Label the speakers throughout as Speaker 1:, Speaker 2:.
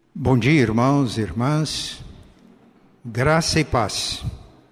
Speaker 1: Bom dia, irmãos e irmãs, graça e paz.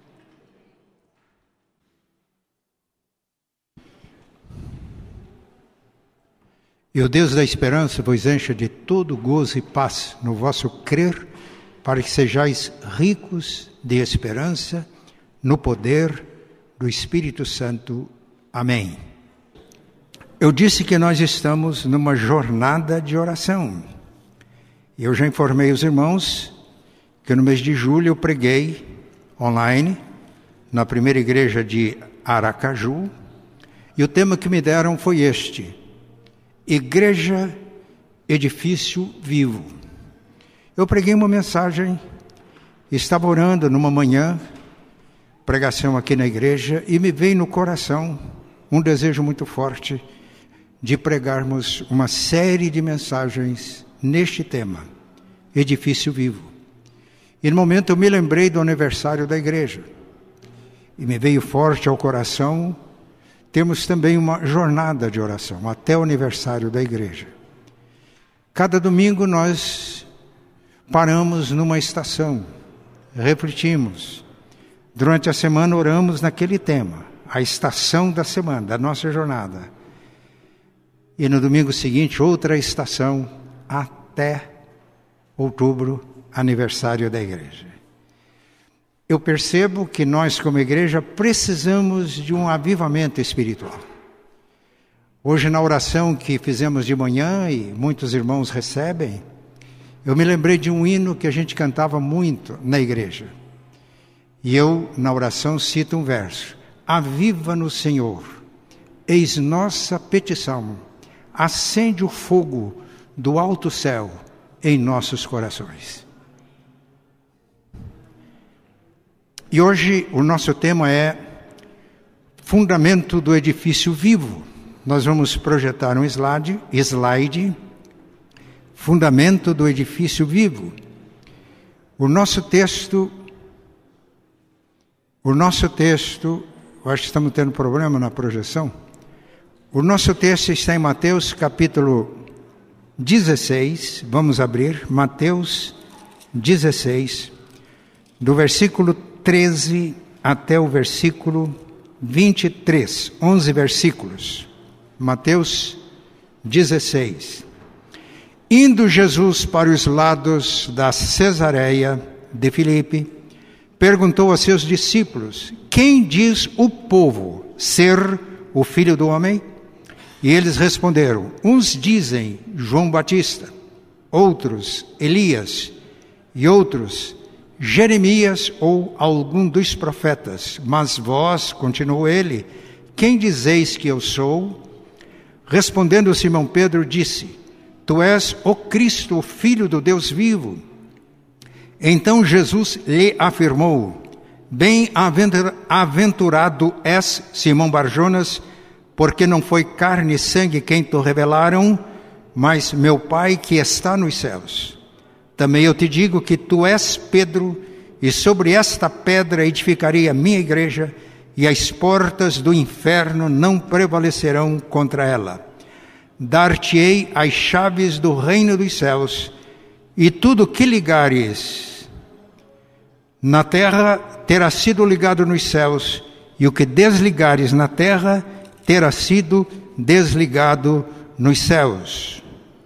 Speaker 1: E o Deus da esperança vos encha de todo gozo e paz no vosso crer, para que sejais ricos de esperança no poder do Espírito Santo. Amém. Eu disse que nós estamos numa jornada de oração. Eu já informei os irmãos que no mês de julho eu preguei online na primeira igreja de Aracaju, e o tema que me deram foi este: Igreja, Edifício Vivo. Eu preguei uma mensagem, estava orando numa manhã, pregação aqui na igreja, e me veio no coração um desejo muito forte de pregarmos uma série de mensagens neste tema, Edifício Vivo. E no momento eu me lembrei do aniversário da igreja, e me veio forte ao coração temos também uma jornada de oração até o aniversário da igreja. Cada domingo nós paramos numa estação, refletimos. Durante a semana oramos naquele tema, a estação da semana, da nossa jornada. E no domingo seguinte, outra estação, até outubro, aniversário da igreja. Eu percebo que nós, como igreja, precisamos de um avivamento espiritual. Hoje, na oração que fizemos de manhã, e muitos irmãos recebem, eu me lembrei de um hino que a gente cantava muito na igreja. E eu, na oração, cito um verso: Aviva-nos, Senhor, eis nossa petição, acende o fogo do alto céu em nossos corações. E hoje o nosso tema é Fundamento do Edifício Vivo. Nós vamos projetar um slide, Fundamento do Edifício Vivo. O nosso texto, eu acho que estamos tendo problema na projeção. O nosso texto está em Mateus capítulo 16, vamos abrir, Mateus 16, do versículo 13 até o versículo 23, 11 versículos. Mateus 16. Indo Jesus para os lados da Cesareia de Filipe, perguntou a seus discípulos: quem diz o povo ser o Filho do Homem? E eles responderam: uns dizem João Batista, outros Elias, e outros Jeremias ou algum dos profetas. Mas vós, continuou ele, quem dizeis que eu sou? Respondendo Simão Pedro, disse: tu és o Cristo, o Filho do Deus vivo. Então Jesus lhe afirmou: bem-aventurado és, Simão Barjonas, porque não foi carne e sangue quem te revelaram, mas meu Pai que está nos céus. Também eu te digo que tu és Pedro, e sobre esta pedra edificarei a minha igreja, e as portas do inferno não prevalecerão contra ela. Dar-te-ei as chaves do reino dos céus, e tudo que ligares na terra terá sido ligado nos céus, e o que desligares na terra terá sido desligado nos céus.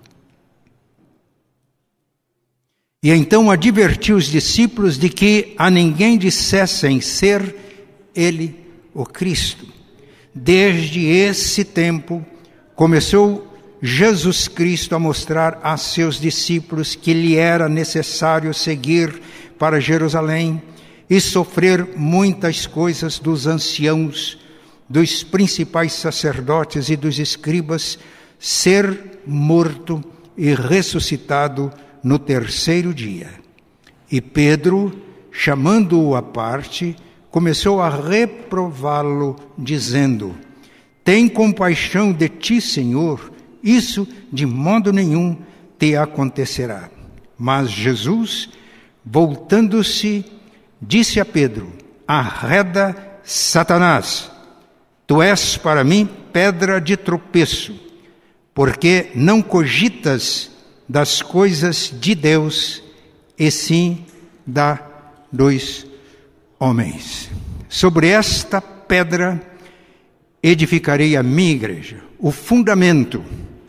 Speaker 1: E então advertiu os discípulos de que a ninguém dissessem ser ele o Cristo. Desde esse tempo, começou Jesus Cristo a mostrar a seus discípulos que lhe era necessário seguir para Jerusalém e sofrer muitas coisas dos anciãos, dos principais sacerdotes e dos escribas, ser morto e ressuscitado no terceiro dia. E Pedro, chamando-o à parte, começou a reprová-lo, dizendo: tem compaixão de ti, Senhor, isso de modo nenhum te acontecerá. Mas Jesus, voltando-se, disse a Pedro: arreda, Satanás, tu és para mim pedra de tropeço, porque não cogitas das coisas de Deus, e sim dos homens. Sobre esta pedra edificarei a minha igreja. O fundamento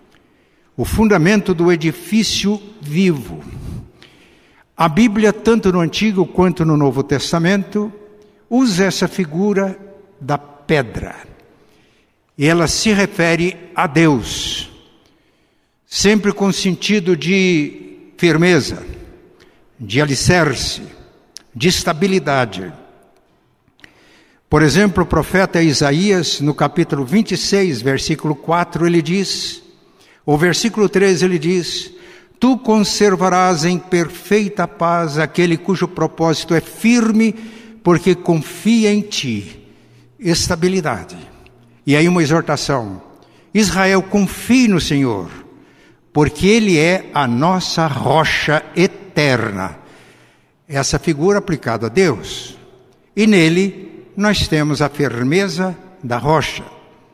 Speaker 1: do edifício vivo. A Bíblia, tanto no Antigo quanto no Novo Testamento, usa essa figura da pedra. E ela se refere a Deus, sempre com sentido de firmeza, de alicerce, de estabilidade. Por exemplo, o profeta Isaías, no capítulo 26, versículo 4, ele diz, o versículo 13 ele diz: Tu conservarás em perfeita paz aquele cujo propósito é firme, porque confia em ti. Estabilidade. E aí uma exortação: Israel, confie no Senhor, porque Ele é a nossa rocha eterna. Essa figura aplicada a Deus. E nele nós temos a firmeza da rocha.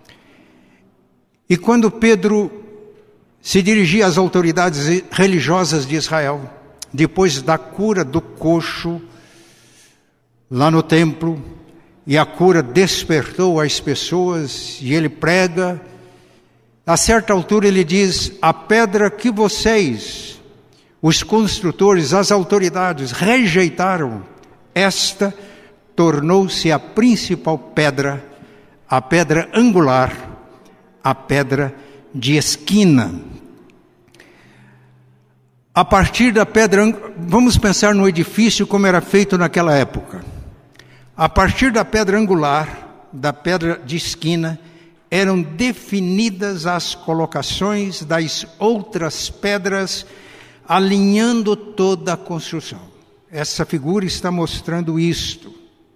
Speaker 1: E quando Pedro se dirigia às autoridades religiosas de Israel, depois da cura do coxo lá no templo, e a cura despertou as pessoas, e ele prega, a certa altura ele diz: a pedra que vocês, os construtores, as autoridades, rejeitaram, esta tornou-se a principal pedra, a pedra angular, a pedra de esquina. A partir da pedra, vamos pensar no edifício como era feito naquela época. A partir da pedra angular, da pedra de esquina, eram definidas as colocações das outras pedras, alinhando toda a construção. Essa figura está mostrando isto.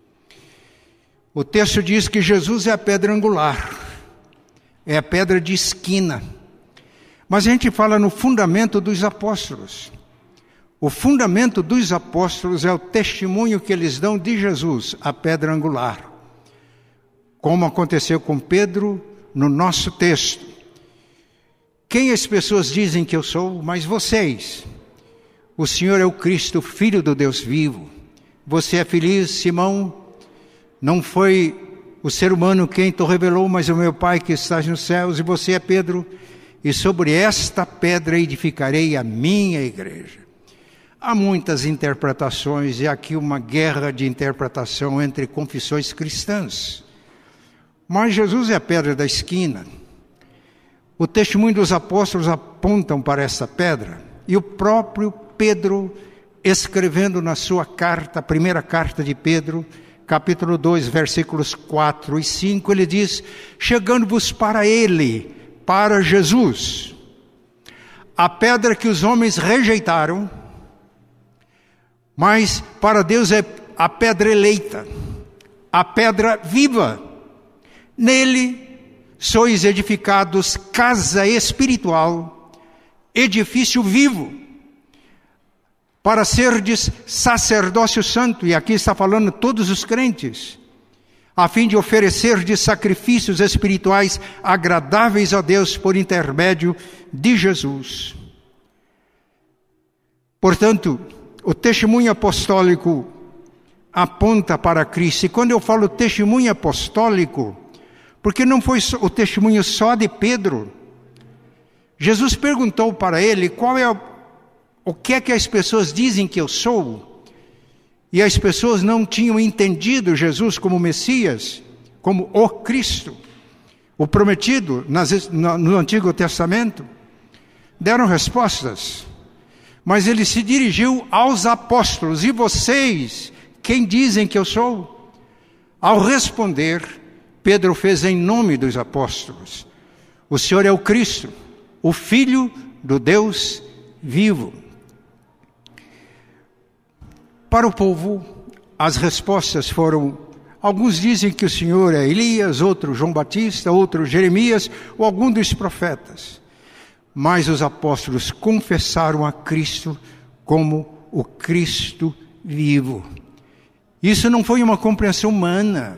Speaker 1: O texto diz que Jesus é a pedra angular, é a pedra de esquina. Mas a gente fala no fundamento dos apóstolos. O fundamento dos apóstolos é o testemunho que eles dão de Jesus, a pedra angular. Como aconteceu com Pedro no nosso texto. Quem as pessoas dizem que eu sou? Mas vocês. O Senhor é o Cristo, Filho do Deus vivo. Você é feliz, Simão? Não foi o ser humano quem te revelou, mas o meu Pai que está nos céus. E você é Pedro? E sobre esta pedra edificarei a minha igreja. Há muitas interpretações, e aqui uma guerra de interpretação entre confissões cristãs. Mas Jesus é a pedra da esquina. O testemunho dos apóstolos apontam para essa pedra. E o próprio Pedro, escrevendo na sua carta, a primeira carta de Pedro, capítulo 2, versículos 4 e 5, ele diz: chegando-vos para ele, para Jesus, a pedra que os homens rejeitaram, mas para Deus é a pedra eleita, a pedra viva. Nele sois edificados casa espiritual, edifício vivo, para serdes sacerdócio santo, e aqui está falando todos os crentes, a fim de oferecerdes sacrifícios espirituais agradáveis a Deus por intermédio de Jesus. Portanto, o testemunho apostólico aponta para Cristo. E quando eu falo testemunho apostólico, porque não foi o testemunho só de Pedro. Jesus perguntou para ele o que é que as pessoas dizem que eu sou. E as pessoas não tinham entendido Jesus como Messias, como o Cristo, o prometido no Antigo Testamento. Deram respostas. Mas ele se dirigiu aos apóstolos: e vocês, quem dizem que eu sou? Ao responder, Pedro fez em nome dos apóstolos: o Senhor é o Cristo, o Filho do Deus vivo. Para o povo, as respostas foram: alguns dizem que o Senhor é Elias, outros João Batista, outros Jeremias, ou algum dos profetas. Mas os apóstolos confessaram a Cristo como o Cristo vivo. Isso não foi uma compreensão humana.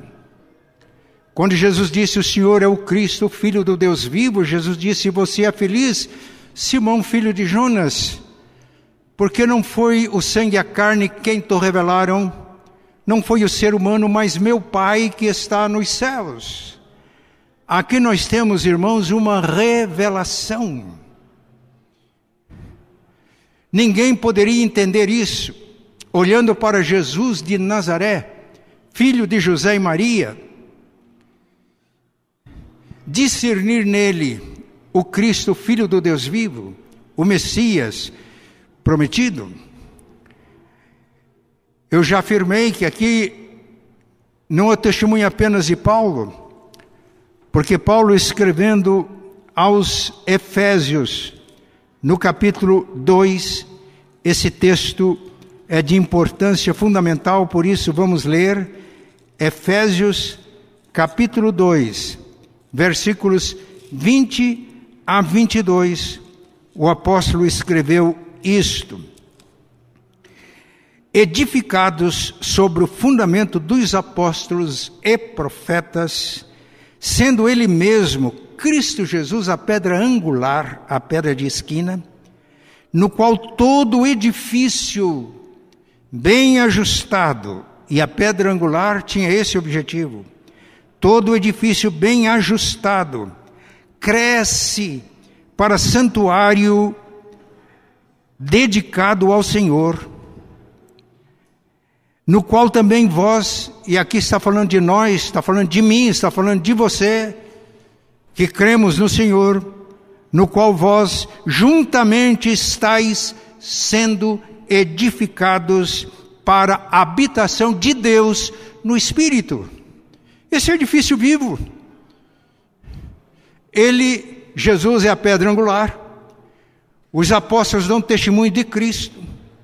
Speaker 1: Quando Jesus disse: o Senhor é o Cristo, o Filho do Deus vivo, Jesus disse: você é feliz, Simão, filho de Jonas, porque não foi o sangue e a carne quem te revelaram, não foi o ser humano, mas meu Pai que está nos céus. Aqui nós temos, irmãos, uma revelação. Ninguém poderia entender isso, olhando para Jesus de Nazaré, filho de José e Maria, discernir nele o Cristo, filho do Deus vivo, o Messias prometido. Eu já afirmei que aqui não é testemunho apenas de Paulo, porque Paulo, escrevendo aos Efésios, no capítulo 2, esse texto é de importância fundamental, por isso vamos ler Efésios capítulo 2, versículos 20 a 22. O apóstolo escreveu isto: edificados sobre o fundamento dos apóstolos e profetas, sendo ele mesmo, Cristo Jesus, a pedra angular, a pedra de esquina, no qual todo edifício bem ajustado, e a pedra angular tinha esse objetivo, todo edifício bem ajustado, cresce para santuário dedicado ao Senhor, no qual também vós, e aqui está falando de nós, está falando de mim, está falando de você, que cremos no Senhor, no qual vós juntamente estáis sendo edificados para a habitação de Deus no Espírito. Esse é edifício vivo. Ele, Jesus, é a pedra angular. Os apóstolos dão testemunho de Cristo.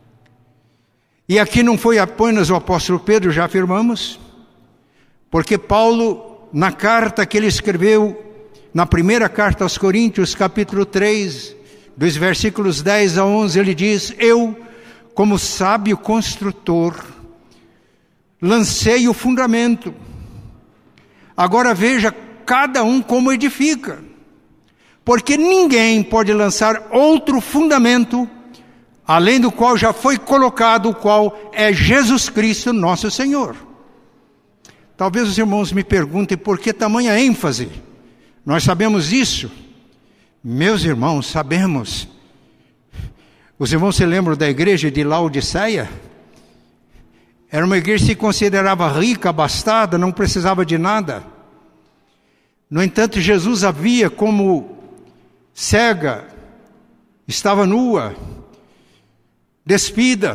Speaker 1: E aqui não foi apenas o apóstolo Pedro, já afirmamos, porque Paulo, na carta que ele escreveu, na primeira carta aos Coríntios, capítulo 3, dos versículos 10 a 11, ele diz: eu, como sábio construtor, lancei o fundamento. Agora veja cada um como edifica, porque ninguém pode lançar outro fundamento, além do qual já foi colocado, o qual é Jesus Cristo, nosso Senhor. Talvez os irmãos me perguntem por que tamanha ênfase. Nós sabemos isso. Meus irmãos, sabemos. Os irmãos se lembram da igreja de Laodiceia? Era uma igreja que se considerava rica, abastada, não precisava de nada. No entanto, Jesus a via como cega, estava nua, despida.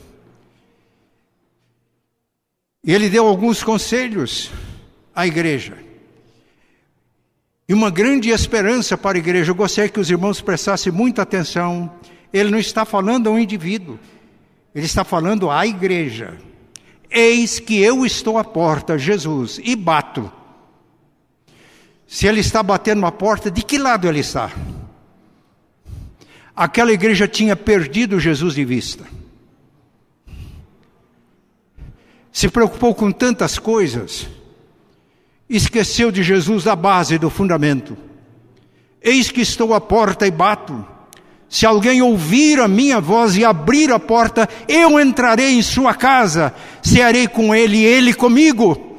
Speaker 1: E ele deu alguns conselhos à igreja. E uma grande esperança para a igreja. Eu gostaria que os irmãos prestassem muita atenção. Ele não está falando a um indivíduo, ele está falando à igreja. Eis que eu estou à porta, Jesus, e bato. Se ele está batendo na porta, de que lado ele está? Aquela igreja tinha perdido Jesus de vista. Se preocupou com tantas coisas, esqueceu de Jesus, da base, do fundamento. Eis que estou à porta e bato. Se alguém ouvir a minha voz e abrir a porta, eu entrarei em sua casa, cearei com ele e ele comigo.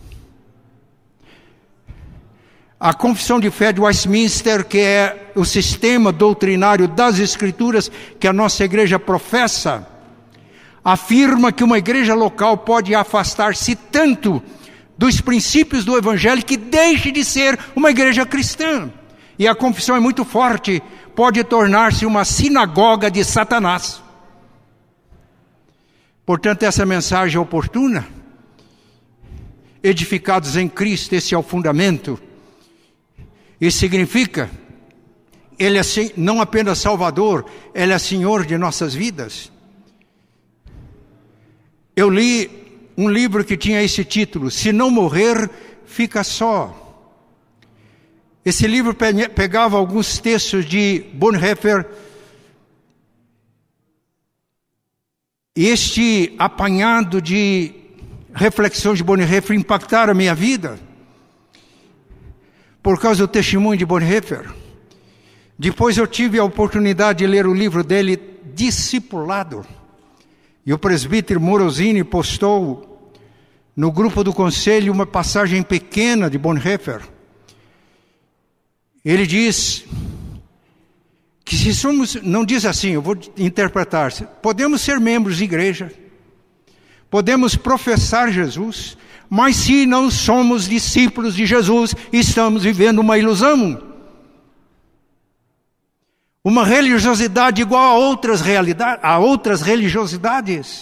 Speaker 1: A Confissão de Fé de Westminster, que é o sistema doutrinário das Escrituras que a nossa igreja professa, afirma que uma igreja local pode afastar-se tanto dos princípios do Evangelho que deixe de ser uma igreja cristã. E a confissão é muito forte, pode tornar-se uma sinagoga de Satanás. Portanto, essa mensagem é oportuna. Edificados em Cristo, esse é o fundamento. Isso significa, Ele é não apenas Salvador, Ele é Senhor de nossas vidas. Eu li um livro que tinha esse título: Se não morrer, fica só. Esse livro pegava alguns textos de Bonhoeffer. E este apanhado de reflexões de Bonhoeffer impactaram a minha vida. Por causa do testemunho de Bonhoeffer. Depois eu tive a oportunidade de ler o livro dele, Discipulado. E o presbítero Morosini postou no grupo do conselho uma passagem pequena de Bonhoeffer. Ele diz que se somos, não diz assim, eu vou interpretar, podemos ser membros de igreja, podemos professar Jesus, mas se não somos discípulos de Jesus, estamos vivendo uma ilusão. Uma religiosidade igual a outras realidades, a outras religiosidades.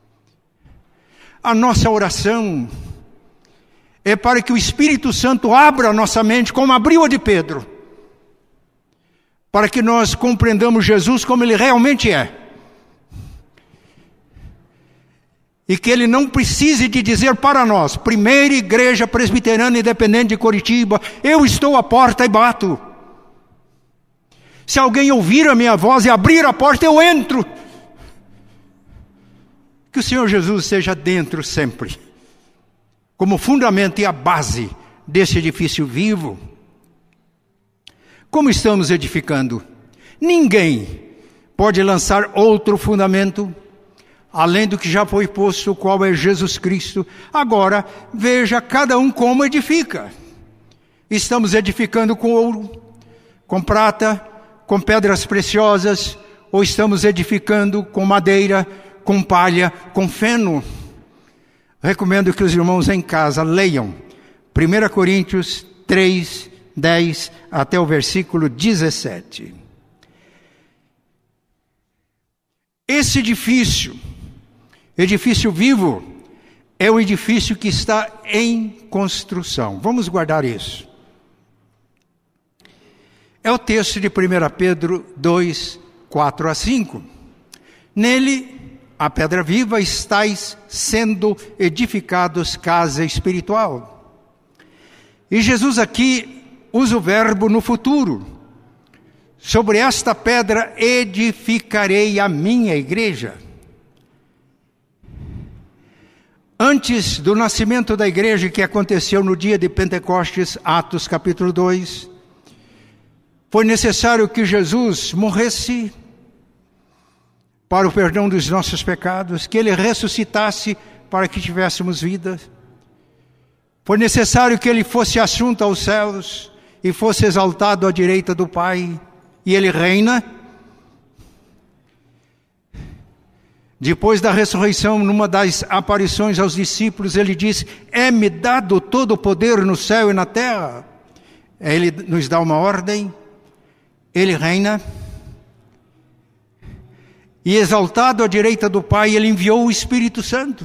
Speaker 1: A nossa oração é para que o Espírito Santo abra a nossa mente, como abriu a de Pedro, para que nós compreendamos Jesus como Ele realmente é. E que Ele não precise de dizer para nós, Primeira Igreja Presbiteriana Independente de Curitiba, eu estou à porta e bato. Se alguém ouvir a minha voz e abrir a porta, eu entro. Que o Senhor Jesus esteja dentro sempre, como fundamento e a base desse edifício vivo. Como estamos edificando? Ninguém pode lançar outro fundamento, além do que já foi posto, o qual é Jesus Cristo. Agora, veja cada um como edifica. Estamos edificando com ouro, com prata, com pedras preciosas, ou estamos edificando com madeira, com palha, com feno? Recomendo que os irmãos em casa leiam 1 Coríntios 3, 10 até o versículo 17. Esse edifício vivo, é um edifício que está em construção. Vamos guardar isso. É o texto de 1 Pedro 2, 4 a 5. Nele, a pedra viva, estáis sendo edificados casa espiritual. E Jesus aqui usa o verbo no futuro. Sobre esta pedra edificarei a minha igreja. Antes do nascimento da igreja, que aconteceu no dia de Pentecostes, Atos capítulo 2, foi necessário que Jesus morresse para o perdão dos nossos pecados, que Ele ressuscitasse para que tivéssemos vida. Foi necessário que Ele fosse assunto aos céus e fosse exaltado à direita do Pai, e Ele reina. Depois da ressurreição, numa das aparições aos discípulos, Ele diz, é-me dado todo o poder no céu e na terra. Ele nos dá uma ordem, Ele reina, e exaltado à direita do Pai, Ele enviou o Espírito Santo.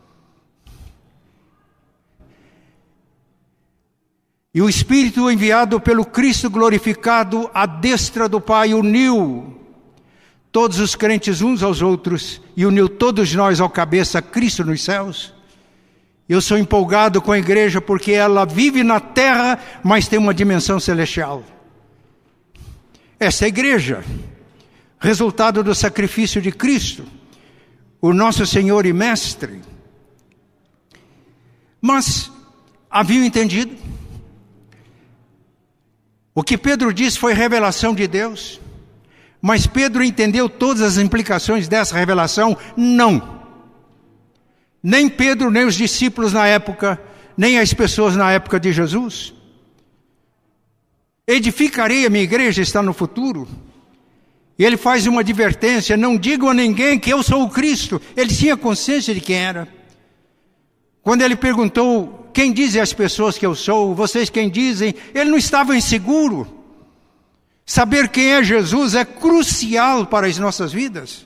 Speaker 1: E o Espírito enviado pelo Cristo glorificado à destra do Pai uniu todos os crentes uns aos outros e uniu todos nós ao cabeça, Cristo nos céus. Eu sou empolgado com a igreja porque ela vive na terra, mas tem uma dimensão celestial. Essa é a igreja, resultado do sacrifício de Cristo, o nosso Senhor e Mestre. Mas haviam entendido? O que Pedro disse foi revelação de Deus, mas Pedro entendeu todas as implicações dessa revelação? Não. Nem Pedro, nem os discípulos na época, nem as pessoas na época de Jesus. Edificarei a minha igreja, está no futuro. E ele faz uma advertência, não digam a ninguém que eu sou o Cristo. Ele tinha consciência de quem era. Quando ele perguntou, quem dizem as pessoas que eu sou? Vocês quem dizem? Ele não estava inseguro. Saber quem é Jesus é crucial para as nossas vidas.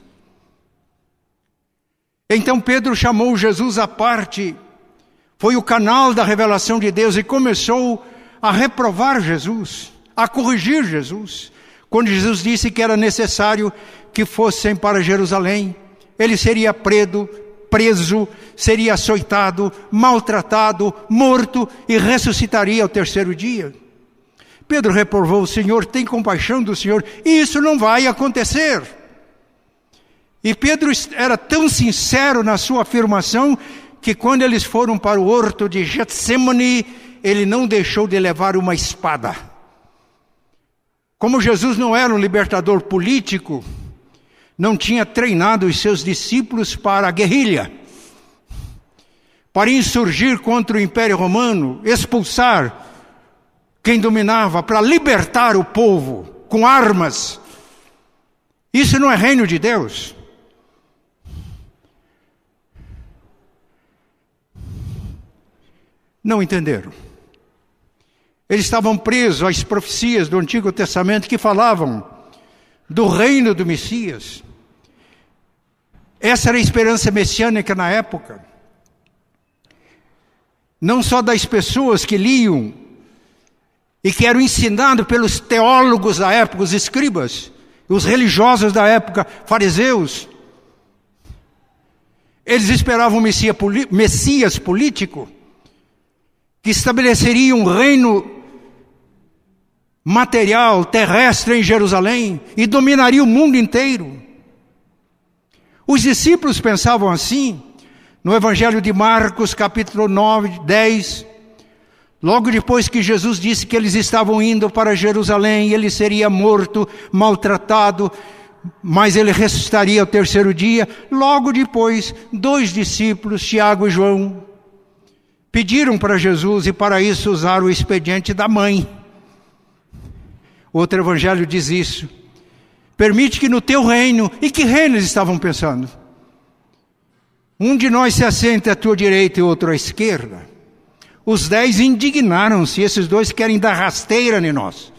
Speaker 1: Então Pedro chamou Jesus à parte, foi o canal da revelação de Deus e começou a reprovar Jesus, a corrigir Jesus. Quando Jesus disse que era necessário que fossem para Jerusalém, ele seria preso, seria açoitado, maltratado, morto e ressuscitaria ao terceiro dia. Pedro reprovou o Senhor, tem compaixão do Senhor, e isso não vai acontecer. E Pedro era tão sincero na sua afirmação, que quando eles foram para o horto de Getsemane, ele não deixou de levar uma espada. Como Jesus não era um libertador político, não tinha treinado os seus discípulos para a guerrilha, para insurgir contra o Império Romano, expulsar quem dominava, para libertar o povo com armas. Isso não é reino de Deus. Não entenderam. Eles estavam presos às profecias do Antigo Testamento que falavam do reino do Messias. Essa era a esperança messiânica na época. Não só das pessoas que liam e que eram ensinados pelos teólogos da época, os escribas, os religiosos da época, fariseus. Eles esperavam um Messias político que estabeleceria um reino material, terrestre em Jerusalém e dominaria o mundo inteiro. Os discípulos pensavam assim. No Evangelho de Marcos, capítulo 9, 10, logo depois que Jesus disse que eles estavam indo para Jerusalém, ele seria morto, maltratado, mas ele ressuscitaria ao terceiro dia. Logo depois, 2 discípulos, Tiago e João, pediram para Jesus e para isso usaram o expediente da mãe. Outro evangelho diz isso. Permite que no teu reino, e que reino eles estavam pensando? Um de nós se assente à tua direita e outro à esquerda. Os 10 indignaram-se, esses 2 querem dar rasteira em nós.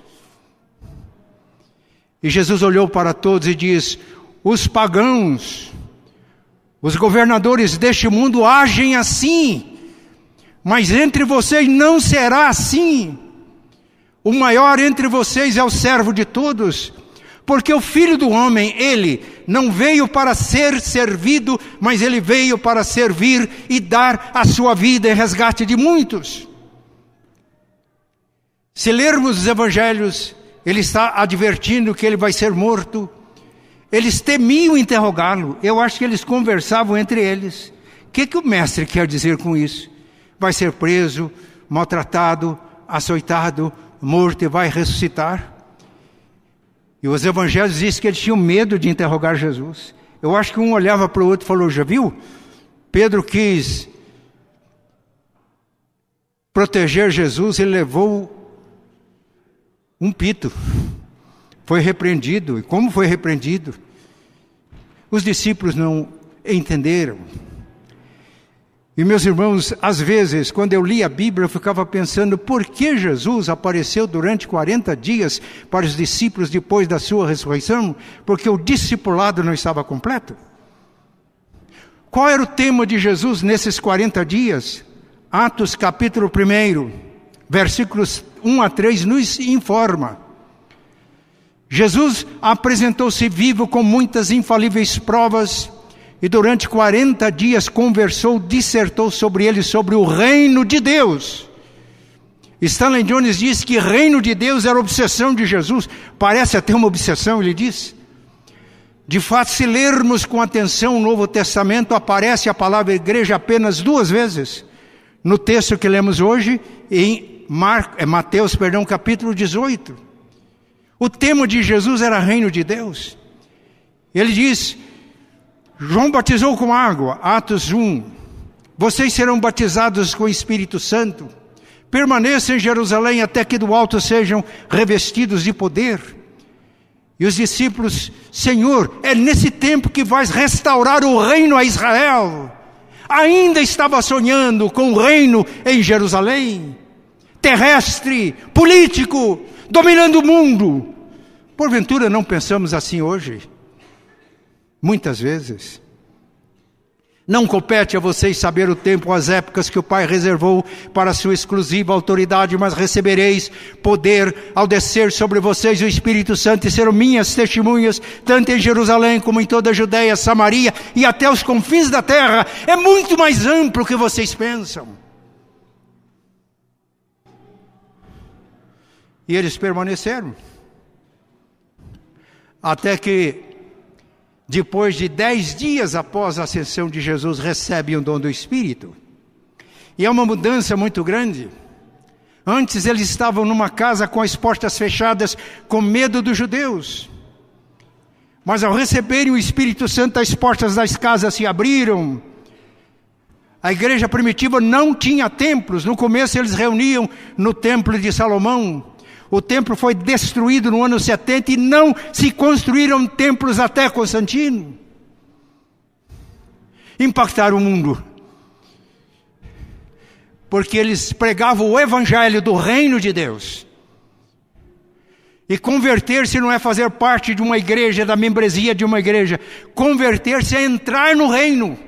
Speaker 1: E Jesus olhou para todos e diz: os pagãos, os governadores deste mundo agem assim, mas entre vocês não será assim. O maior entre vocês é o servo de todos. Porque o Filho do Homem, ele não veio para ser servido, mas ele veio para servir e dar a sua vida em resgate de muitos. Se lermos os evangelhos, ele está advertindo que ele vai ser morto. Eles temiam interrogá-lo. Eu acho que eles conversavam entre eles. O que o mestre quer dizer com isso? Vai ser preso, maltratado, açoitado, morto e vai ressuscitar? E os evangelhos dizem que eles tinham medo de interrogar Jesus. Eu acho que um olhava para o outro e falou: já viu? Pedro quis proteger Jesus, ele levou um pito. Foi repreendido. E como foi repreendido? Os discípulos não entenderam. E meus irmãos, às vezes, quando eu li a Bíblia, eu ficava pensando por que Jesus apareceu durante 40 dias para os discípulos depois da sua ressurreição? Porque o discipulado não estava completo. Qual era o tema de Jesus nesses 40 dias? Atos capítulo 1, versículos 1 a 3 nos informa. Jesus apresentou-se vivo com muitas infalíveis provas, e durante 40 dias conversou, dissertou sobre ele, sobre o reino de Deus. Stanley Jones diz que reino de Deus era a obsessão de Jesus. Parece até uma obsessão, ele diz. De fato, se lermos com atenção o Novo Testamento, aparece a palavra igreja apenas 2 vezes. No texto que lemos hoje, em Mateus, capítulo 18. O tema de Jesus era reino de Deus. Ele diz: João batizou com água, Atos 1. Vocês serão batizados com o Espírito Santo. Permaneçam em Jerusalém até que do alto sejam revestidos de poder. E os discípulos: Senhor, é nesse tempo que vais restaurar o reino a Israel. Ainda estava sonhando com o reino em Jerusalém, terrestre, político, dominando o mundo. Porventura não pensamos assim hoje? Muitas vezes. Não compete a vocês saber o tempo, as épocas que o Pai reservou para a sua exclusiva autoridade, mas recebereis poder ao descer sobre vocês o Espírito Santo e serão minhas testemunhas, tanto em Jerusalém como em toda a Judeia, Samaria e até os confins da terra. É muito mais amplo que vocês pensam. E eles permaneceram. Até que, depois de 10 dias após a ascensão de Jesus, recebem o dom do Espírito. E é uma mudança muito grande. Antes eles estavam numa casa com as portas fechadas, com medo dos judeus. Mas ao receberem o Espírito Santo, as portas das casas se abriram. A igreja primitiva não tinha templos. No começo eles reuniam no templo de Salomão. O templo foi destruído no ano 70 e não se construíram templos até Constantino. Impactaram o mundo. Porque eles pregavam o evangelho do reino de Deus. E converter-se não é fazer parte de uma igreja, da membresia de uma igreja. Converter-se é entrar no reino.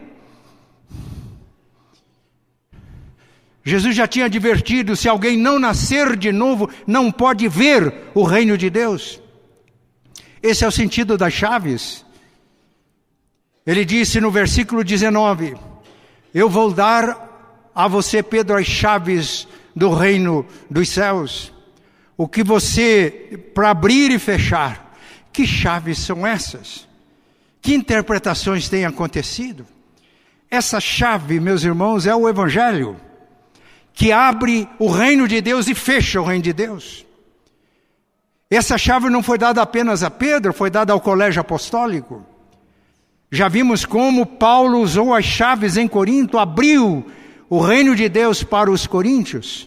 Speaker 1: Jesus já tinha advertido, se alguém não nascer de novo, não pode ver o reino de Deus. Esse é o sentido das chaves. Ele disse no versículo 19, eu vou dar a você, Pedro, as chaves do reino dos céus. O que você, para abrir e fechar, que chaves são essas? Que interpretações têm acontecido? Essa chave, meus irmãos, é o Evangelho, que abre o reino de Deus e fecha o reino de Deus. Essa chave não foi dada apenas a Pedro, foi dada ao colégio apostólico. Já vimos como Paulo usou as chaves em Corinto, abriu o reino de Deus para os coríntios.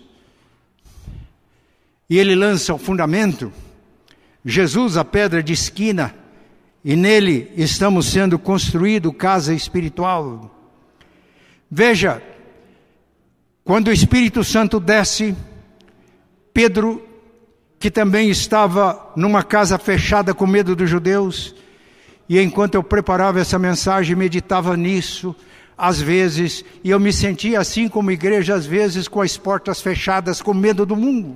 Speaker 1: E ele lança o fundamento. Jesus, a pedra de esquina, e nele estamos sendo construído casa espiritual. Veja, quando o Espírito Santo desce, Pedro, que também estava numa casa fechada com medo dos judeus, e enquanto eu preparava essa mensagem, meditava nisso, às vezes, e eu me sentia assim como igreja, às vezes, com as portas fechadas, com medo do mundo.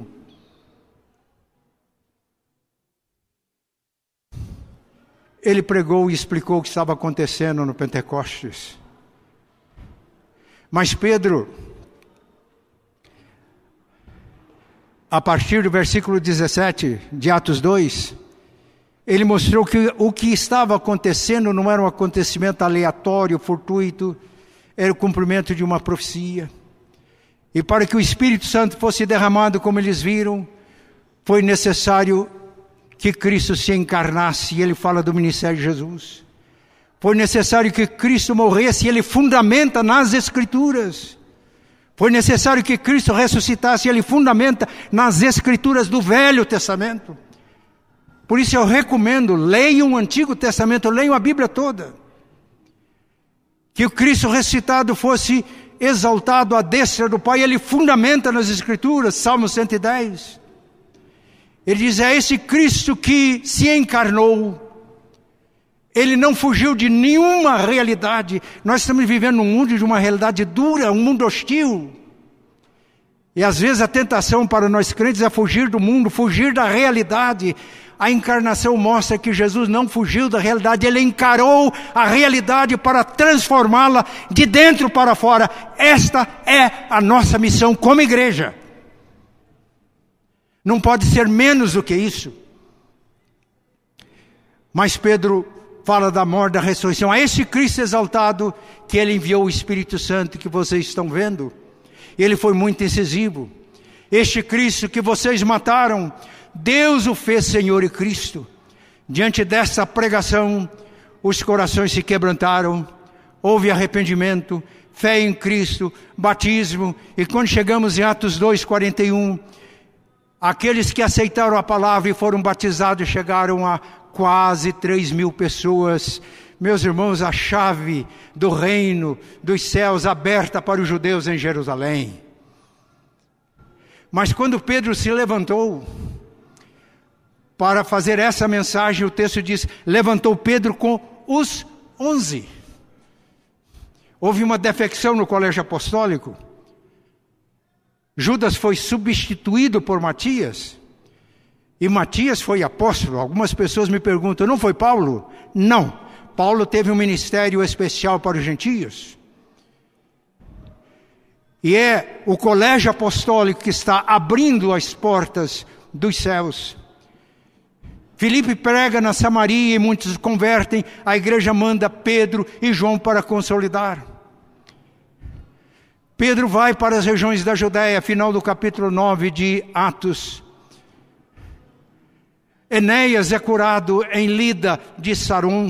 Speaker 1: Ele pregou e explicou o que estava acontecendo no Pentecostes. Mas Pedro, a partir do versículo 17 de Atos 2, ele mostrou que o que estava acontecendo não era um acontecimento aleatório, fortuito, era o cumprimento de uma profecia. E para que o Espírito Santo fosse derramado, como eles viram, foi necessário que Cristo se encarnasse, e ele fala do ministério de Jesus. Foi necessário que Cristo morresse, e ele fundamenta nas Escrituras. Foi necessário que Cristo ressuscitasse, e ele fundamenta nas Escrituras do Velho Testamento. Por isso eu recomendo, leiam o Antigo Testamento, leiam a Bíblia toda. Que o Cristo ressuscitado fosse exaltado à destra do Pai, ele fundamenta nas Escrituras, Salmo 110. Ele diz, é esse Cristo que se encarnou. Ele não fugiu de nenhuma realidade. Nós estamos vivendo um mundo de uma realidade dura, um mundo hostil. E às vezes a tentação para nós crentes é fugir do mundo, fugir da realidade. A encarnação mostra que Jesus não fugiu da realidade, ele encarou a realidade para transformá-la de dentro para fora. Esta é a nossa missão como igreja. Não pode ser menos do que isso. Mas Pedro fala da morte, da ressurreição. A esse Cristo exaltado que ele enviou o Espírito Santo que vocês estão vendo. Ele foi muito incisivo. Este Cristo que vocês mataram, Deus o fez Senhor e Cristo. Diante dessa pregação, os corações se quebrantaram, houve arrependimento, fé em Cristo, batismo, e quando chegamos em Atos 2:41, aqueles que aceitaram a palavra e foram batizados chegaram a quase 3.000 pessoas. Meus irmãos, a chave do reino dos céus aberta para os judeus em Jerusalém. Mas quando Pedro se levantou para fazer essa mensagem, o texto diz, levantou Pedro com os 11. Houve uma defecção no colégio apostólico. Judas foi substituído por Matias. E Matias foi apóstolo. Algumas pessoas me perguntam, não foi Paulo? Não. Paulo teve um ministério especial para os gentios. E é o colégio apostólico que está abrindo as portas dos céus. Filipe prega na Samaria e muitos se convertem. A igreja manda Pedro e João para consolidar. Pedro vai para as regiões da Judéia, final do capítulo 9 de Atos. Enéas é curado em Lida de Saron.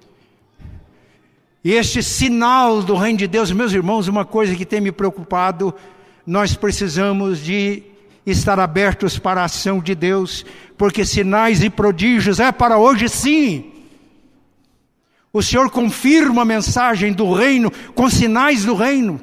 Speaker 1: E este sinal do reino de Deus, meus irmãos, uma coisa que tem me preocupado, nós precisamos de estar abertos para a ação de Deus, porque sinais e prodígios é para hoje sim. O Senhor confirma a mensagem do reino com sinais do reino.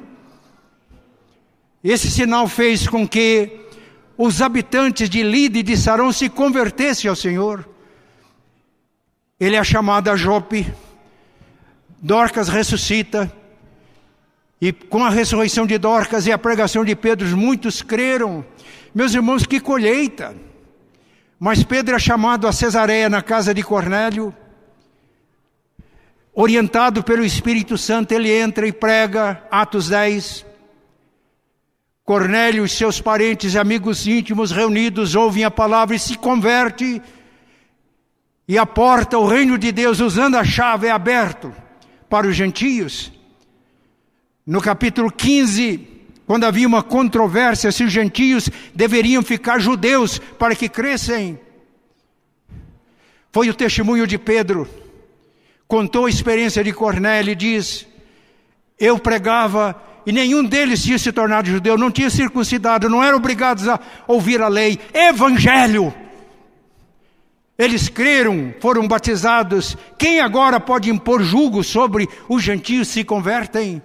Speaker 1: Esse sinal fez com que os habitantes de Lida e de Saron se convertessem ao Senhor. Ele é chamado a Jope. Dorcas ressuscita. E com a ressurreição de Dorcas e a pregação de Pedro, muitos creram. Meus irmãos, que colheita! Mas Pedro é chamado a Cesareia, na casa de Cornélio. Orientado pelo Espírito Santo, ele entra e prega, Atos 10. Cornélio e seus parentes e amigos íntimos reunidos ouvem a palavra e se converte. E a porta, o reino de Deus, usando a chave, é aberto para os gentios. No capítulo 15, quando havia uma controvérsia se os gentios deveriam ficar judeus para que crescem, foi o testemunho de Pedro. Contou a experiência de Cornélio e diz: eu pregava e nenhum deles tinha se tornado judeu, não tinha circuncidado, não eram obrigados a ouvir a lei. Evangelho! Eles creram, foram batizados. Quem agora pode impor julgo sobre os gentios se convertem?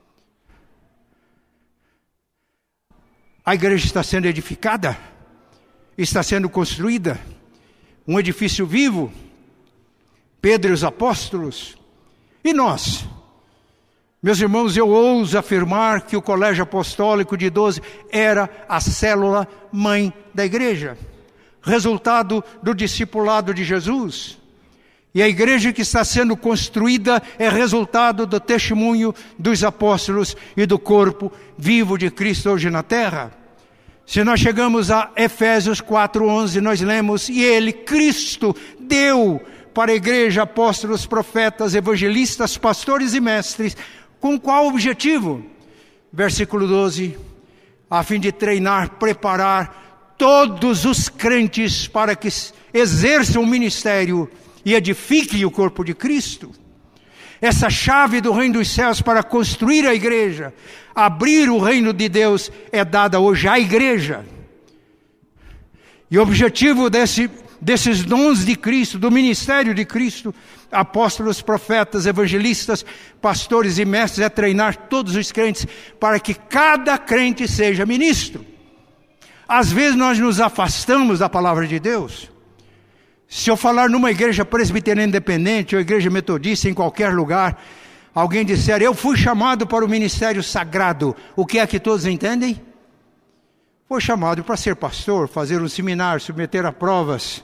Speaker 1: A igreja está sendo edificada, está sendo construída, um edifício vivo. Pedro e os apóstolos. E nós? Meus irmãos, eu ouso afirmar que o Colégio Apostólico de 12 era a célula mãe da igreja. Resultado do discipulado de Jesus. E a igreja que está sendo construída é resultado do testemunho dos apóstolos e do corpo vivo de Cristo hoje na terra. Se nós chegamos a Efésios 4:11, nós lemos: e ele, Cristo, deu para a igreja apóstolos, profetas, evangelistas, pastores e mestres. Com qual objetivo? Versículo 12: a fim de treinar, preparar todos os crentes para que exerçam o ministério e edifiquem o corpo de Cristo. Essa chave do reino dos céus para construir a igreja, abrir o reino de Deus, é dada hoje à igreja. E o objetivo desses dons de Cristo, do ministério de Cristo, apóstolos, profetas, evangelistas, pastores e mestres, é treinar todos os crentes para que cada crente seja ministro. Às vezes nós nos afastamos da palavra de Deus. Se eu falar numa igreja presbiteriana independente ou igreja metodista em qualquer lugar, alguém disser: eu fui chamado para o ministério sagrado, o que é que todos entendem? Foi chamado para ser pastor, fazer um seminário, submeter a provas.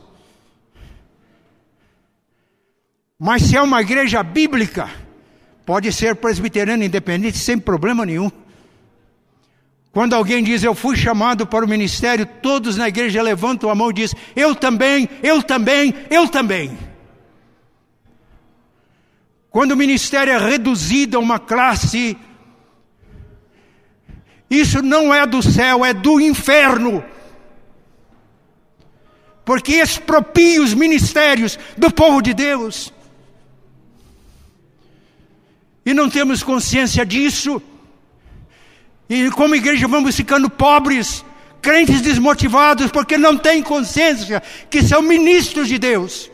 Speaker 1: Mas se é uma igreja bíblica, pode ser presbiteriana independente sem problema nenhum. Quando alguém diz: eu fui chamado para o ministério, todos na igreja levantam a mão e dizem: eu também, eu também, eu também. Quando o ministério é reduzido a uma classe, isso não é do céu, é do inferno. Porque expropria os ministérios do povo de Deus. E não temos consciência disso. E como igreja vamos ficando pobres, crentes desmotivados, porque não têm consciência que são ministros de Deus.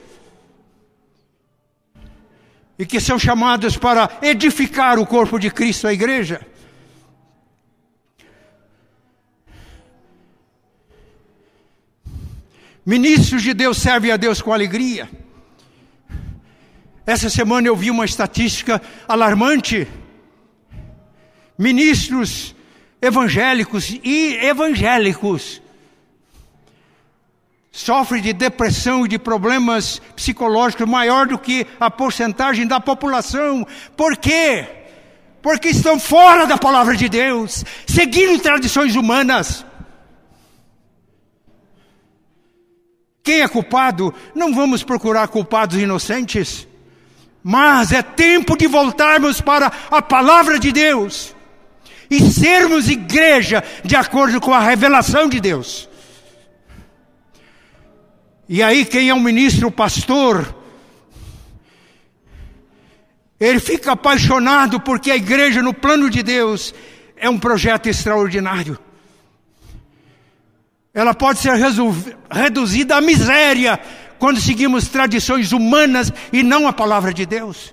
Speaker 1: E que são chamados para edificar o corpo de Cristo, a igreja. Ministros de Deus servem a Deus com alegria. Essa semana eu vi uma estatística alarmante. Ministros evangélicos e evangélicos sofrem de depressão e de problemas psicológicos maior do que a porcentagem da população. Por quê? Porque estão fora da palavra de Deus, seguindo tradições humanas. Quem é culpado? Não vamos procurar culpados inocentes, mas é tempo de voltarmos para a palavra de Deus. e sermos igreja de acordo com a revelação de Deus. E aí quem é um ministro, o pastor, ele fica apaixonado porque a igreja no plano de Deus é um projeto extraordinário. Ela pode ser reduzida à miséria quando seguimos tradições humanas e não a palavra de Deus.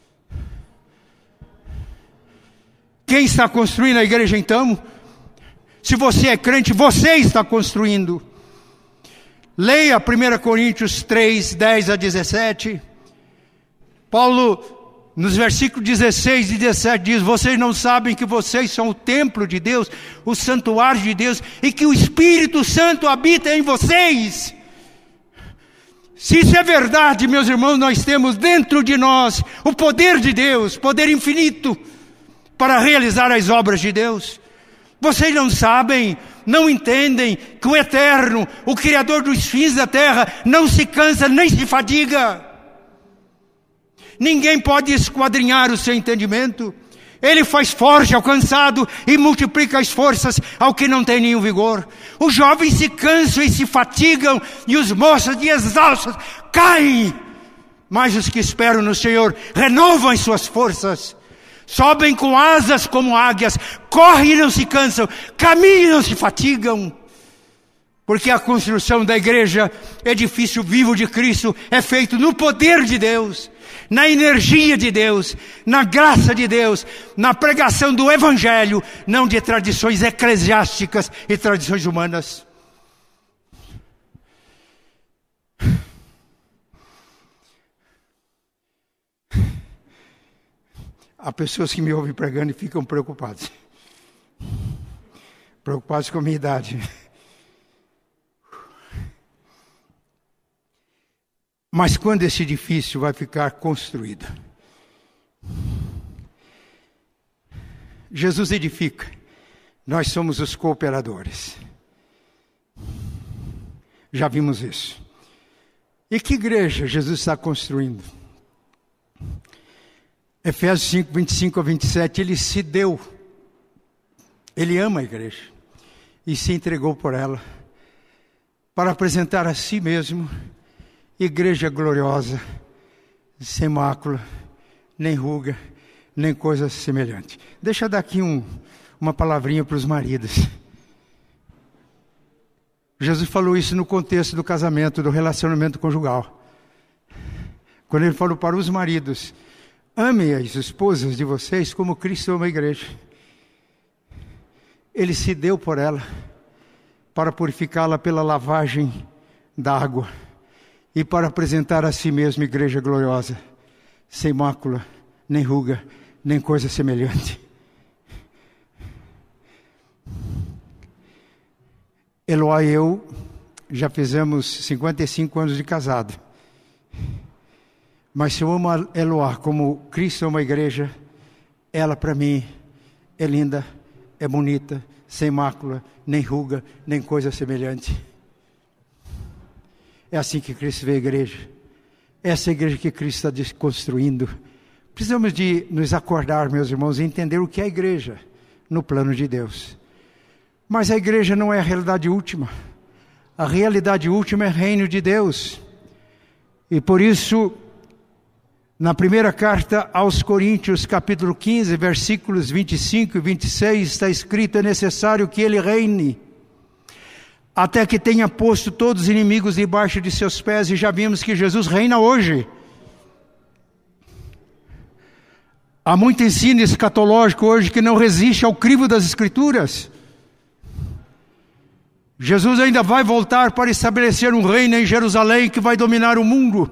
Speaker 1: Quem está construindo a igreja então? Se você é crente, você está construindo. Leia 1 Coríntios 3, 10 a 17. Paulo, nos versículos 16 e 17 diz: vocês não sabem que vocês são o templo de Deus, o santuário de Deus, e que o Espírito Santo habita em vocês? Se isso é verdade, meus irmãos, nós temos dentro de nós o poder de Deus, poder infinito, para realizar as obras de Deus. Vocês não sabem, não entendem que o Eterno, o Criador dos fins da terra, não se cansa nem se fadiga. Ninguém pode esquadrinhar o seu entendimento. Ele faz forte ao cansado e multiplica as forças ao que não tem nenhum vigor. Os jovens se cansam e se fatigam, e os moços e exaustos caem. Mas os que esperam no Senhor renovam as suas forças. Sobem com asas como águias, correm e não se cansam, caminham e não se fatigam. Porque a construção da igreja, edifício vivo de Cristo, é feito no poder de Deus, na energia de Deus, na graça de Deus, na pregação do Evangelho, não de tradições eclesiásticas e tradições humanas. Há pessoas que me ouvem pregando e ficam preocupadas. Preocupadas com a minha idade. Mas quando esse edifício vai ficar construído? Jesus edifica. Nós somos os cooperadores. Já vimos isso. E que igreja Jesus está construindo? Efésios 5, 25 a 27, ele se deu. Ele ama a igreja. E se entregou por ela. Para apresentar a si mesmo igreja gloriosa, sem mácula, nem ruga, nem coisa semelhante. Deixa eu dar aqui uma palavrinha para os maridos. Jesus falou isso no contexto do casamento, do relacionamento conjugal. Quando ele falou para os maridos: amem as esposas de vocês como Cristo ama a igreja. Ele se deu por ela, para purificá-la pela lavagem da água, e para apresentar a si mesmo igreja gloriosa, sem mácula, nem ruga, nem coisa semelhante. Eloá e eu já fizemos 55 anos de casado. Mas se eu amo a Eloá como Cristo ama a igreja, ela para mim é linda, é bonita, sem mácula, nem ruga, nem coisa semelhante. É assim que Cristo vê a igreja. Essa é a igreja que Cristo está construindo. Precisamos de nos acordar, meus irmãos, e entender o que é a igreja no plano de Deus. Mas a igreja não é a realidade última. A realidade última é o reino de Deus. E por isso, na primeira carta aos Coríntios, capítulo 15, versículos 25 e 26, está escrito: é necessário que ele reine, até que tenha posto todos os inimigos debaixo de seus pés. E já vimos que Jesus reina hoje. Há muito ensino escatológico hoje que não resiste ao crivo das Escrituras. Jesus ainda vai voltar para estabelecer um reino em Jerusalém que vai dominar o mundo.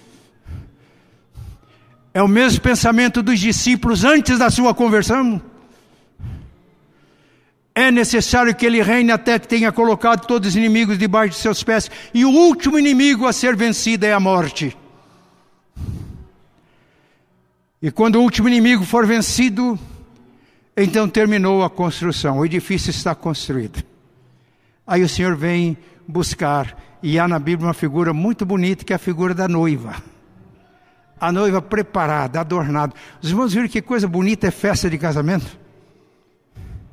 Speaker 1: É o mesmo pensamento dos discípulos antes da sua conversão. É necessário que ele reine até que tenha colocado todos os inimigos debaixo de seus pés. E o último inimigo a ser vencido é a morte. E quando o último inimigo for vencido, então terminou a construção. O edifício está construído. Aí o Senhor vem buscar. E há na Bíblia uma figura muito bonita, que é a figura da noiva. A noiva preparada, adornada. Os irmãos viram que coisa bonita é festa de casamento?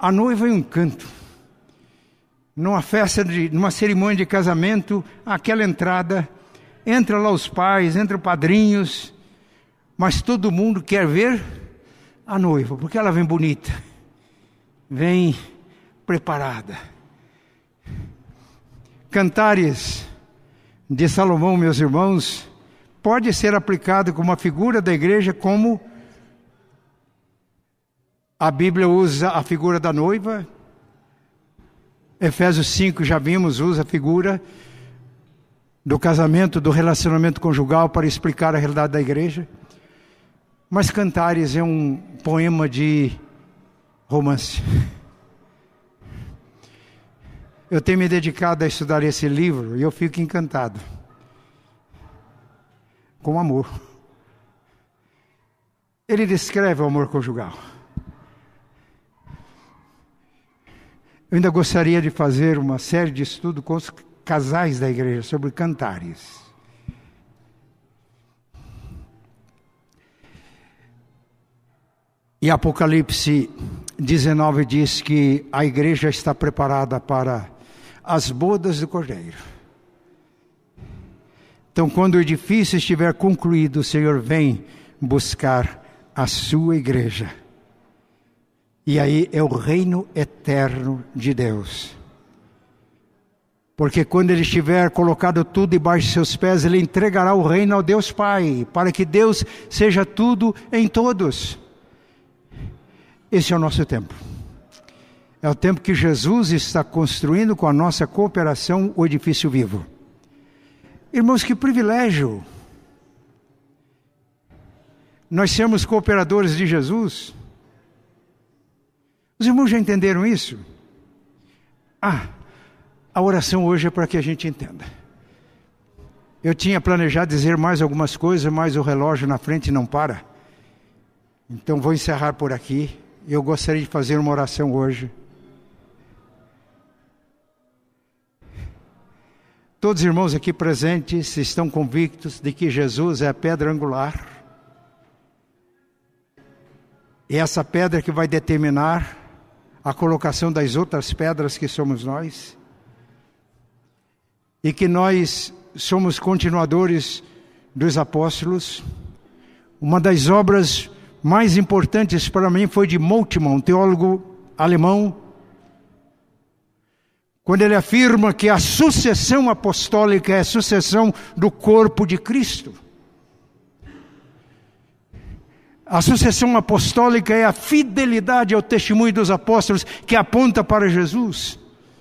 Speaker 1: A noiva é um canto. Numa festa, numa cerimônia de casamento, aquela entrada, entra lá os pais, entra os padrinhos, mas todo mundo quer ver a noiva, porque ela vem bonita, vem preparada. Cantares de Salomão, meus irmãos, pode ser aplicado como uma figura da igreja, como a Bíblia usa a figura da noiva. Efésios 5, já vimos, usa a figura do casamento, do relacionamento conjugal para explicar a realidade da igreja. Mas Cantares é um poema de romance. Eu tenho me dedicado a estudar esse livro e eu fico encantado com o amor. Ele descreve o amor conjugal. Eu ainda gostaria de fazer uma série de estudos com os casais da igreja sobre Cantares. E Apocalipse 19 diz que a igreja está preparada para as bodas do Cordeiro. Então, quando o edifício estiver concluído, o Senhor vem buscar a sua igreja. E aí é o reino eterno de Deus. Porque quando Ele estiver colocado tudo debaixo de seus pés, Ele entregará o reino ao Deus Pai, para que Deus seja tudo em todos. Esse é o nosso tempo. É o tempo que Jesus está construindo com a nossa cooperação o edifício vivo. Irmãos, que privilégio nós sermos cooperadores de Jesus. Os irmãos já entenderam isso? A oração hoje é para que a gente entenda. Eu tinha planejado dizer mais algumas coisas, mas o relógio na frente não para. Então vou encerrar por aqui. Eu gostaria de fazer uma oração hoje. Todos os irmãos aqui presentes estão convictos de que Jesus é a pedra angular. E essa pedra que vai determinar a colocação das outras pedras que somos nós. E que nós somos continuadores dos apóstolos. Uma das obras mais importantes para mim foi de Moltmann, um teólogo alemão, quando ele afirma que a sucessão apostólica é a sucessão do corpo de Cristo. A sucessão apostólica é a fidelidade ao testemunho dos apóstolos que aponta para Jesus.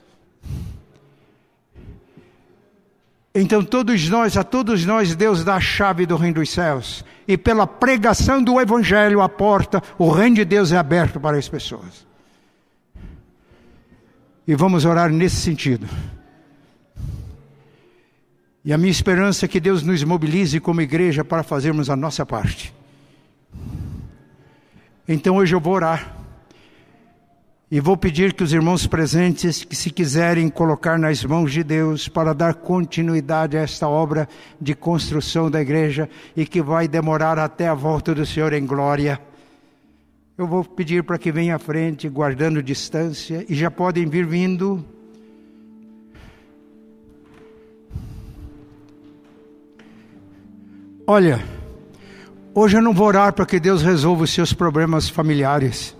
Speaker 1: Então a todos nós Deus dá a chave do reino dos céus. E pela pregação do Evangelho, a porta, o reino de Deus é aberto para as pessoas. E vamos orar nesse sentido. E a minha esperança é que Deus nos mobilize como igreja para fazermos a nossa parte. Então hoje eu vou orar. E vou pedir que os irmãos presentes, que se quiserem colocar nas mãos de Deus para dar continuidade a esta obra de construção da igreja e que vai demorar até a volta do Senhor em glória. Eu vou pedir para que venham à frente, guardando distância, e já podem vir vindo. Olha, hoje eu não vou orar para que Deus resolva os seus problemas familiares.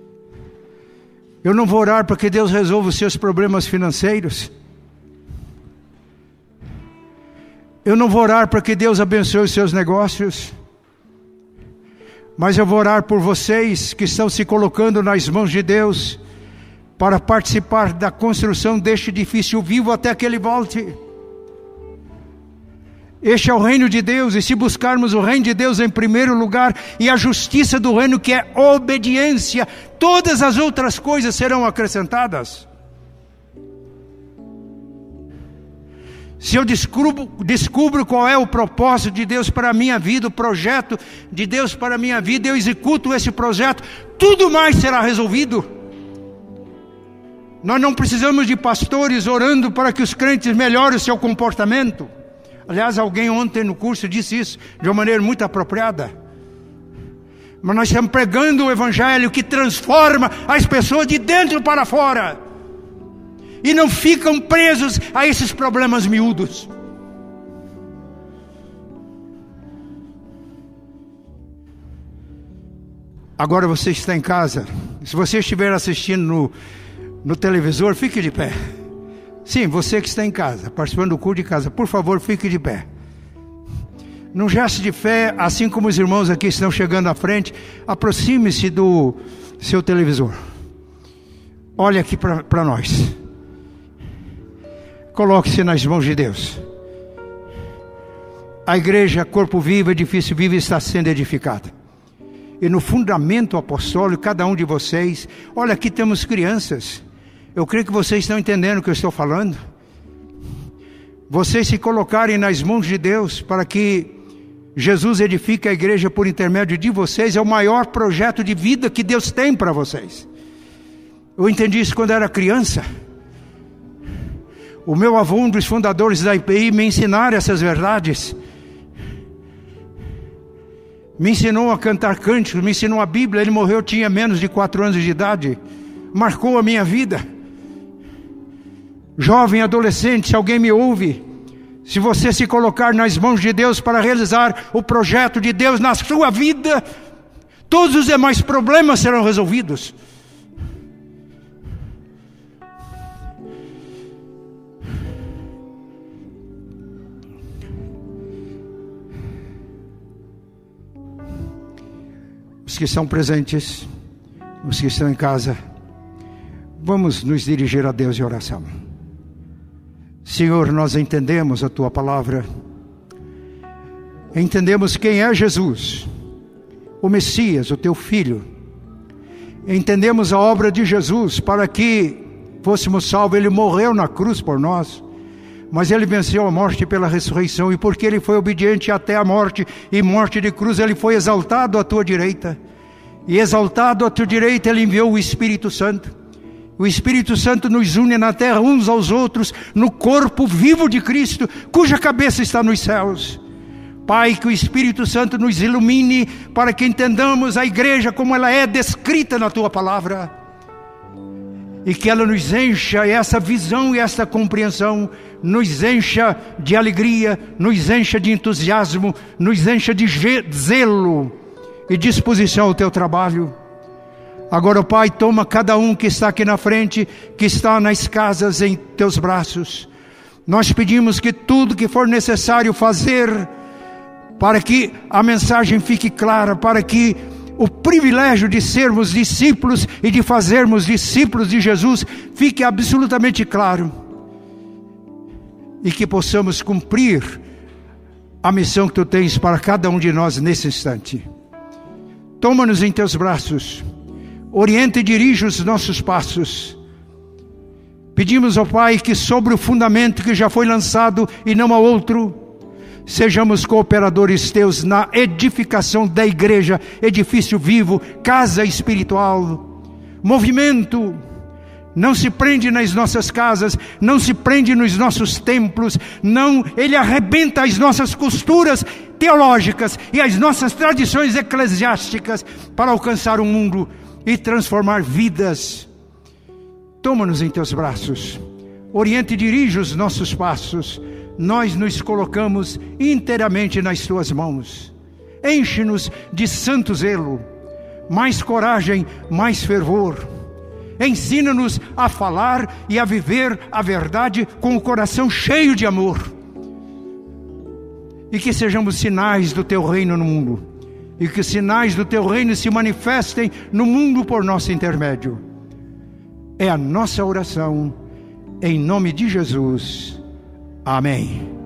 Speaker 1: Eu não vou orar para que Deus resolva os seus problemas financeiros. Eu não vou orar para que Deus abençoe os seus negócios. Mas eu vou orar por vocês que estão se colocando nas mãos de Deus para participar da construção deste edifício vivo até que Ele volte. Este é o reino de Deus, e se buscarmos o reino de Deus em primeiro lugar, e a justiça do reino, que é obediência, todas as outras coisas serão acrescentadas. Se eu descubro qual é o propósito de Deus para a minha vida, o projeto de Deus para a minha vida, eu executo esse projeto, tudo mais será resolvido. Nós não precisamos de pastores orando para que os crentes melhorem o seu comportamento. Aliás, alguém ontem no curso disse isso de uma maneira muito apropriada. Mas nós estamos pregando o Evangelho que transforma as pessoas de dentro para fora. E não ficam presos a esses problemas miúdos. Agora você está em casa. Se você estiver assistindo no televisor, fique de pé. Sim, você que está em casa, participando do culto de casa, por favor, fique de pé. Num gesto de fé, assim como os irmãos aqui estão chegando à frente, aproxime-se do seu televisor. Olhe aqui para nós. Coloque-se nas mãos de Deus. A igreja, corpo vivo, edifício vivo, está sendo edificada. E no fundamento apostólico, cada um de vocês, olha, aqui temos crianças. Eu creio que vocês estão entendendo o que eu estou falando. Vocês se colocarem nas mãos de Deus para que Jesus edifique a igreja por intermédio de vocês, é o maior projeto de vida que Deus tem para vocês. Eu entendi isso quando era criança. O meu avô, um dos fundadores da IPI, me ensinaram essas verdades. Me ensinou a cantar cânticos, me ensinou a Bíblia. Ele morreu, tinha menos de 4 anos de idade. Marcou a minha vida. Jovem, adolescente, se alguém me ouve, se você se colocar nas mãos de Deus para realizar o projeto de Deus na sua vida, todos os demais problemas serão resolvidos. Os que estão presentes, os que estão em casa, vamos nos dirigir a Deus em oração. Senhor, nós entendemos a Tua palavra, entendemos quem é Jesus, o Messias, o Teu Filho, entendemos a obra de Jesus para que fôssemos salvos. Ele morreu na cruz por nós, mas Ele venceu a morte pela ressurreição, e porque Ele foi obediente até a morte, e morte de cruz, Ele foi exaltado à Tua direita, e exaltado à Tua direita Ele enviou o Espírito Santo. O Espírito Santo nos une na terra uns aos outros, no corpo vivo de Cristo, cuja cabeça está nos céus. Pai, que o Espírito Santo nos ilumine, para que entendamos a igreja como ela é descrita na Tua palavra, e que ela nos encha, essa visão e essa compreensão, nos encha de alegria, nos encha de entusiasmo, nos encha de zelo e disposição ao Teu trabalho. Agora, Pai, toma cada um que está aqui na frente, que está nas casas, em Teus braços. Nós pedimos que tudo que for necessário fazer, para que a mensagem fique clara, para que o privilégio de sermos discípulos e de fazermos discípulos de Jesus fique absolutamente claro, e que possamos cumprir a missão que Tu tens para cada um de nós nesse instante. Toma-nos em Teus braços, orienta e dirige os nossos passos. Pedimos ao Pai que sobre o fundamento que já foi lançado e não há outro, sejamos cooperadores Teus na edificação da igreja, edifício vivo, casa espiritual. Movimento não se prende nas nossas casas, não se prende nos nossos templos, não, ele arrebenta as nossas costuras teológicas e as nossas tradições eclesiásticas para alcançar o mundo e transformar vidas. Toma-nos em Teus braços, orienta e dirige os nossos passos. Nós nos colocamos inteiramente nas Tuas mãos. Enche-nos de santo zelo, mais coragem, mais fervor. Ensina-nos a falar e a viver a verdade com o coração cheio de amor. E que sejamos sinais do Teu reino no mundo, e que os sinais do Teu reino se manifestem no mundo por nosso intermédio. É a nossa oração, em nome de Jesus. Amém.